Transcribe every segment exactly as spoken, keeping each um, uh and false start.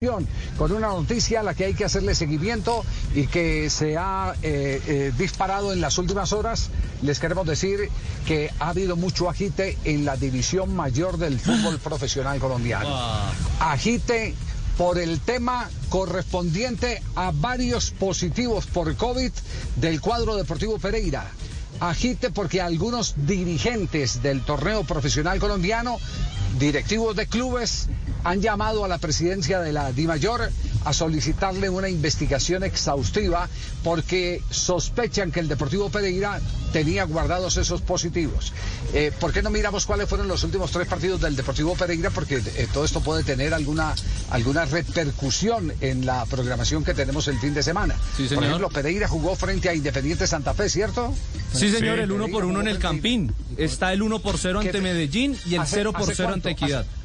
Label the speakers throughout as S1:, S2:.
S1: información, con una noticia a la que hay que hacerle seguimiento y que se ha eh, eh, disparado en las últimas horas. Les queremos decir que ha habido mucho agite en la división mayor del fútbol profesional colombiano. Agite por el tema correspondiente a varios positivos por COVID del cuadro Deportivo Pereira. Agite porque algunos dirigentes del torneo profesional colombiano, directivos de clubes, han llamado a la presidencia de la DIMAYOR a solicitarle una investigación exhaustiva porque sospechan que el Deportivo Pereira tenía guardados esos positivos. Eh, ¿Por qué no miramos cuáles fueron los últimos tres partidos del Deportivo Pereira? Porque eh, todo esto puede tener alguna, alguna repercusión en la programación que tenemos el fin de semana.
S2: Sí,
S1: por ejemplo, Pereira jugó frente a Independiente Santa Fe, ¿cierto?
S2: Sí, señor,
S1: Sí,
S2: el uno por uno en el Campín. Está el uno por cero ante Medellín y el
S1: hace,
S2: cero por cero ante Equidad.
S1: Hace,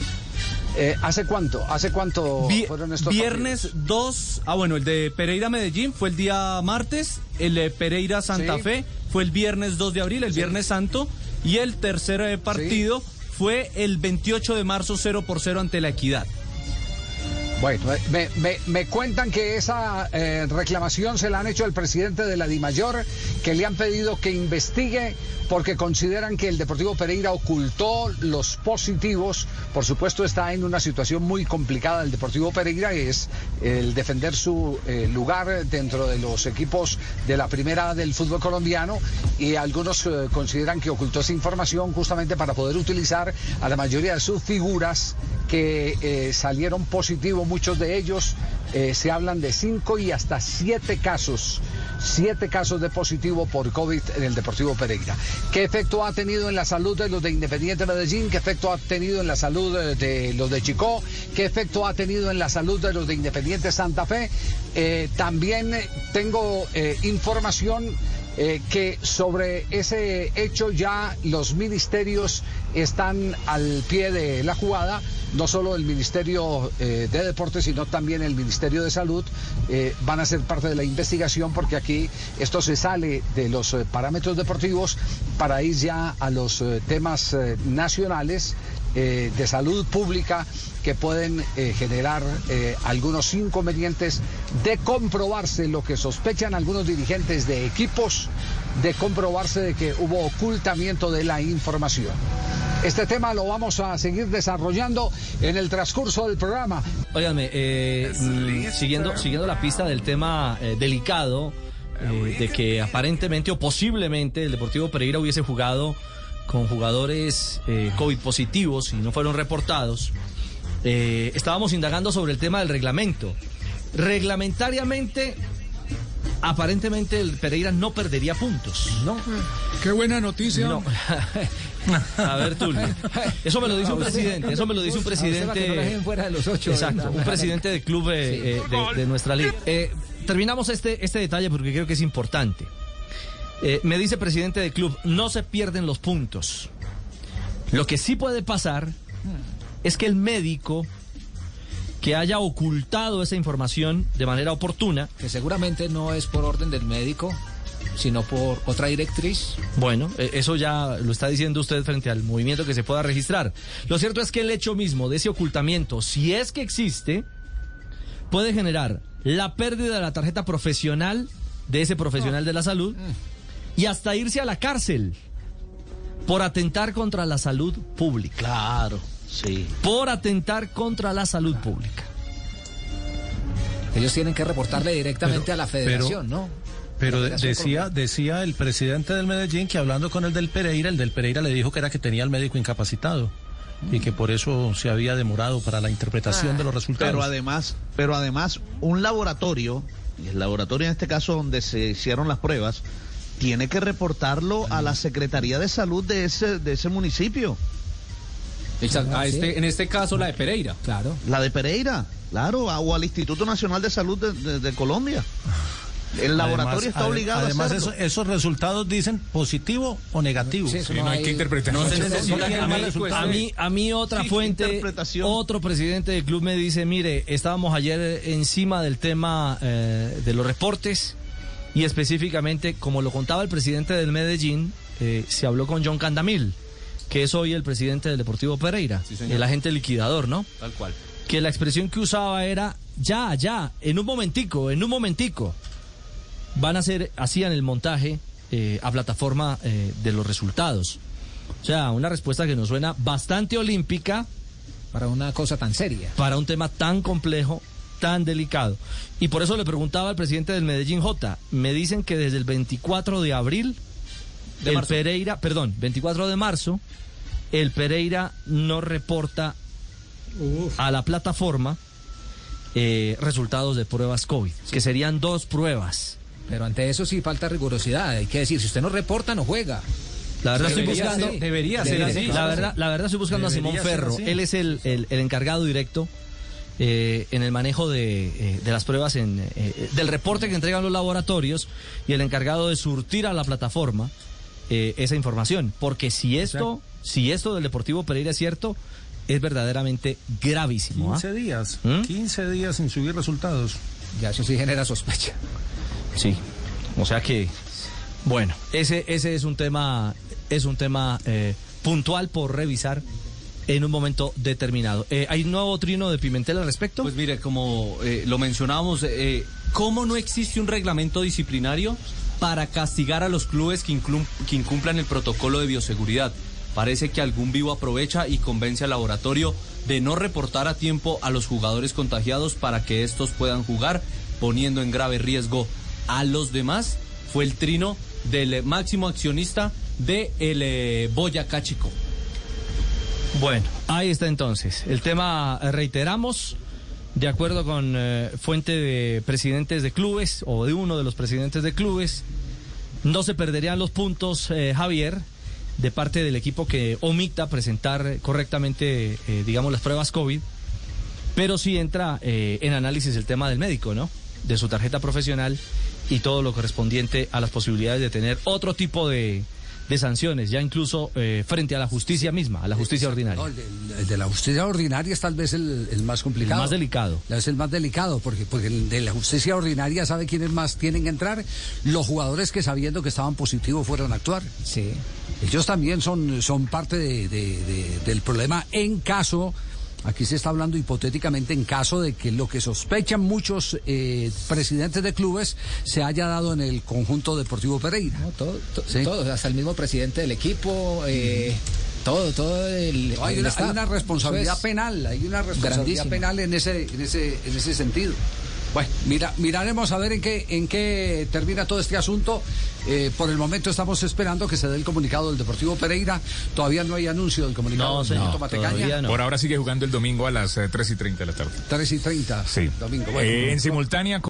S1: eh, ¿Hace cuánto? ¿Hace cuánto
S2: Vi
S1: fueron estos
S2: Viernes
S1: partidos?
S2: dos, ah bueno, el de Pereira-Medellín fue el día martes, el de Pereira-Santa
S1: Sí.
S2: Fe fue el viernes dos de abril, el
S1: Sí.
S2: Viernes Santo, y el tercer eh, partido sí. fue el veintiocho de marzo cero por cero ante la Equidad.
S1: Bueno, me, me, me cuentan que esa eh, reclamación se la han hecho al presidente de la DIMAYOR, que le han pedido que investigue porque consideran que el Deportivo Pereira ocultó los positivos. Por supuesto, está en una situación muy complicada el Deportivo Pereira, que es el defender su eh, lugar dentro de los equipos de la primera del fútbol colombiano, y algunos eh, consideran que ocultó esa información justamente para poder utilizar a la mayoría de sus figuras que eh, salieron positivos. Muchos de ellos eh, se hablan de cinco y hasta siete casos, siete casos de positivo por COVID en el Deportivo Pereira. ¿Qué efecto ha tenido en la salud de los de Independiente Medellín? ¿Qué efecto ha tenido en la salud de, de los de Chicó? ¿Qué efecto ha tenido en la salud de los de Independiente Santa Fe? Eh, también tengo eh, información Eh, que sobre ese hecho ya los ministerios están al pie de la jugada, no solo el Ministerio eh, de Deportes, sino también el Ministerio de Salud eh, van a ser parte de la investigación, porque aquí esto se sale de los eh, parámetros deportivos para ir ya a los eh, temas eh, nacionales eh, de salud pública, que pueden eh, generar eh, algunos inconvenientes de comprobarse lo que sospechan algunos dirigentes de equipos, de comprobarse de que hubo ocultamiento de la información. Este tema lo vamos a seguir desarrollando en el transcurso del programa.
S2: Óigame, eh, mm, siguiendo, siguiendo la pista del tema eh, delicado, eh, de que aparentemente o posiblemente el Deportivo Pereira hubiese jugado con jugadores eh, COVID positivos y no fueron reportados. Eh, estábamos indagando sobre el tema del reglamento. Reglamentariamente, aparentemente el Pereira no perdería puntos.
S3: No. Qué buena noticia.
S2: No. A ver, Tulio. Eso me lo dice un presidente. Eso me lo dice un presidente.
S4: No la dejen fuera de los ocho.
S2: Exacto. Un presidente de club eh, sí. de, de nuestra liga. Eh, terminamos este, este detalle porque creo que es importante. Eh, me dice presidente de club, no se pierden los puntos. Lo que sí puede pasar es que el médico que haya ocultado esa información de manera oportuna,
S4: que seguramente no es por orden del médico, sino por otra directriz.
S2: Bueno, eso ya lo está diciendo usted frente al movimiento que se pueda registrar. Lo cierto es que el hecho mismo de ese ocultamiento, si es que existe, puede generar la pérdida de la tarjeta profesional de ese profesional de la salud y hasta irse a la cárcel por atentar contra la salud pública.
S5: Claro. Sí.
S2: Por atentar contra la salud pública.
S4: Ellos tienen que reportarle directamente
S6: pero,
S4: a la federación,
S6: pero,
S4: ¿no?
S6: Pero de, decía, decía el presidente del Medellín que hablando con el del Pereira, el del Pereira le dijo que era que tenía al médico incapacitado mm. y que por eso se había demorado para la interpretación ah, de los resultados.
S5: Pero además, pero además, un laboratorio, el laboratorio en este caso donde se hicieron las pruebas, tiene que reportarlo a la Secretaría de Salud de ese, de ese municipio.
S7: Exacto. A este, en este caso la de Pereira.
S4: Claro.
S5: La de Pereira, claro, o al Instituto Nacional de Salud de, de, de Colombia. El laboratorio además, está obligado
S6: además
S5: a hacerlo.
S6: Además, esos resultados dicen positivo o negativo.
S7: Sí, sí, no, no hay que interpretar. No, no,
S2: no, no, a, mí, a, mí, a mí otra sí, fuente, otro presidente del club me dice, mire, estábamos ayer encima del tema eh, de los reportes y específicamente, como lo contaba el presidente del Medellín, eh, se habló con John Candamil, que es hoy el presidente del Deportivo Pereira, sí, el agente liquidador, ¿no?
S7: Tal cual.
S2: que la expresión que usaba era ya, ya, en un momentico, en un momentico. Van a hacer, hacían el montaje eh, a plataforma eh, de los resultados. O sea, una respuesta que nos suena bastante olímpica.
S4: Para una cosa tan seria.
S2: Para un tema tan complejo, tan delicado. Y por eso le preguntaba al presidente del Medellín, J. Me dicen que desde el veinticuatro de abril, de el marzo. Pereira, perdón, veinticuatro de marzo, el Pereira no reporta Uf. a la plataforma eh, resultados de pruebas COVID, sí. que serían dos pruebas.
S4: Pero ante eso sí falta rigurosidad. Hay que decir, si usted no reporta, no juega.
S2: La verdad
S7: debería
S2: estoy buscando,
S7: ser, debería ser así.
S2: La verdad, la verdad estoy buscando debería a Simón Ferro. Él es el, el, el encargado directo eh, en el manejo de, eh, de las pruebas, en, eh, del reporte que entregan los laboratorios y el encargado de surtir a la plataforma eh, esa información. Porque si esto, si esto del Deportivo Pereira es cierto, es verdaderamente gravísimo.
S6: quince
S2: ¿ah?
S6: días,
S2: ¿Mm?
S6: quince días sin subir resultados.
S4: Ya eso sí genera sospecha.
S2: Sí, o sea que, bueno, ese ese es un tema, es un tema eh, puntual por revisar en un momento determinado. Eh, ¿Hay un nuevo trino de Pimentel al respecto?
S7: Pues mire, como eh, lo mencionábamos, eh, ¿cómo no existe un reglamento disciplinario para castigar a los clubes que, inclum- que incumplan el protocolo de bioseguridad? Parece que algún vivo aprovecha y convence al laboratorio de no reportar a tiempo a los jugadores contagiados para que estos puedan jugar, poniendo en grave riesgo a los demás. Fue el trino del máximo accionista de el eh, Boyacá Chico.
S2: Bueno, ahí está entonces. El tema, eh, reiteramos, de acuerdo con eh, fuente de presidentes de clubes, o de uno de los presidentes de clubes, no se perderían los puntos, eh, Javier, de parte del equipo que omita presentar correctamente, eh, digamos, las pruebas COVID, pero sí entra eh, en análisis el tema del médico, ¿no? De su tarjeta profesional y todo lo correspondiente a las posibilidades de tener otro tipo de, de sanciones, ya incluso eh, frente a la justicia misma, a la justicia ordinaria.
S1: No, el, de, el de la justicia ordinaria es tal vez el, el más complicado.
S2: El más delicado.
S1: Es el más delicado, porque, porque el de la justicia ordinaria sabe quiénes más tienen que entrar, los jugadores que sabiendo que estaban positivos fueron a actuar.
S4: Sí.
S1: Ellos también son, son parte de, de, de, del problema en caso... Aquí se está hablando hipotéticamente en caso de que lo que sospechan muchos eh, presidentes de clubes se haya dado en el conjunto Deportivo Pereira.
S4: No, todo, to,
S1: ¿sí?
S4: todo, hasta el mismo presidente del equipo, eh, mm. todo, todo el.
S1: No, hay,
S4: el
S1: una,
S4: staff,
S1: hay una responsabilidad
S4: es
S1: penal, hay una responsabilidad
S4: grandísima.
S1: penal en ese, en ese, en ese sentido. Bueno, mira, miraremos a ver en qué, en qué termina todo este asunto. Eh, por el momento estamos esperando que se dé el comunicado del Deportivo Pereira. Todavía no hay anuncio del comunicado.
S2: No, señor,
S1: Matecaña.
S8: No. Por ahora sigue jugando el domingo a las eh, tres y treinta de la tarde.
S1: tres y treinta.
S8: Sí.
S1: Domingo. Bueno,
S8: eh, en
S1: no,
S8: simultánea.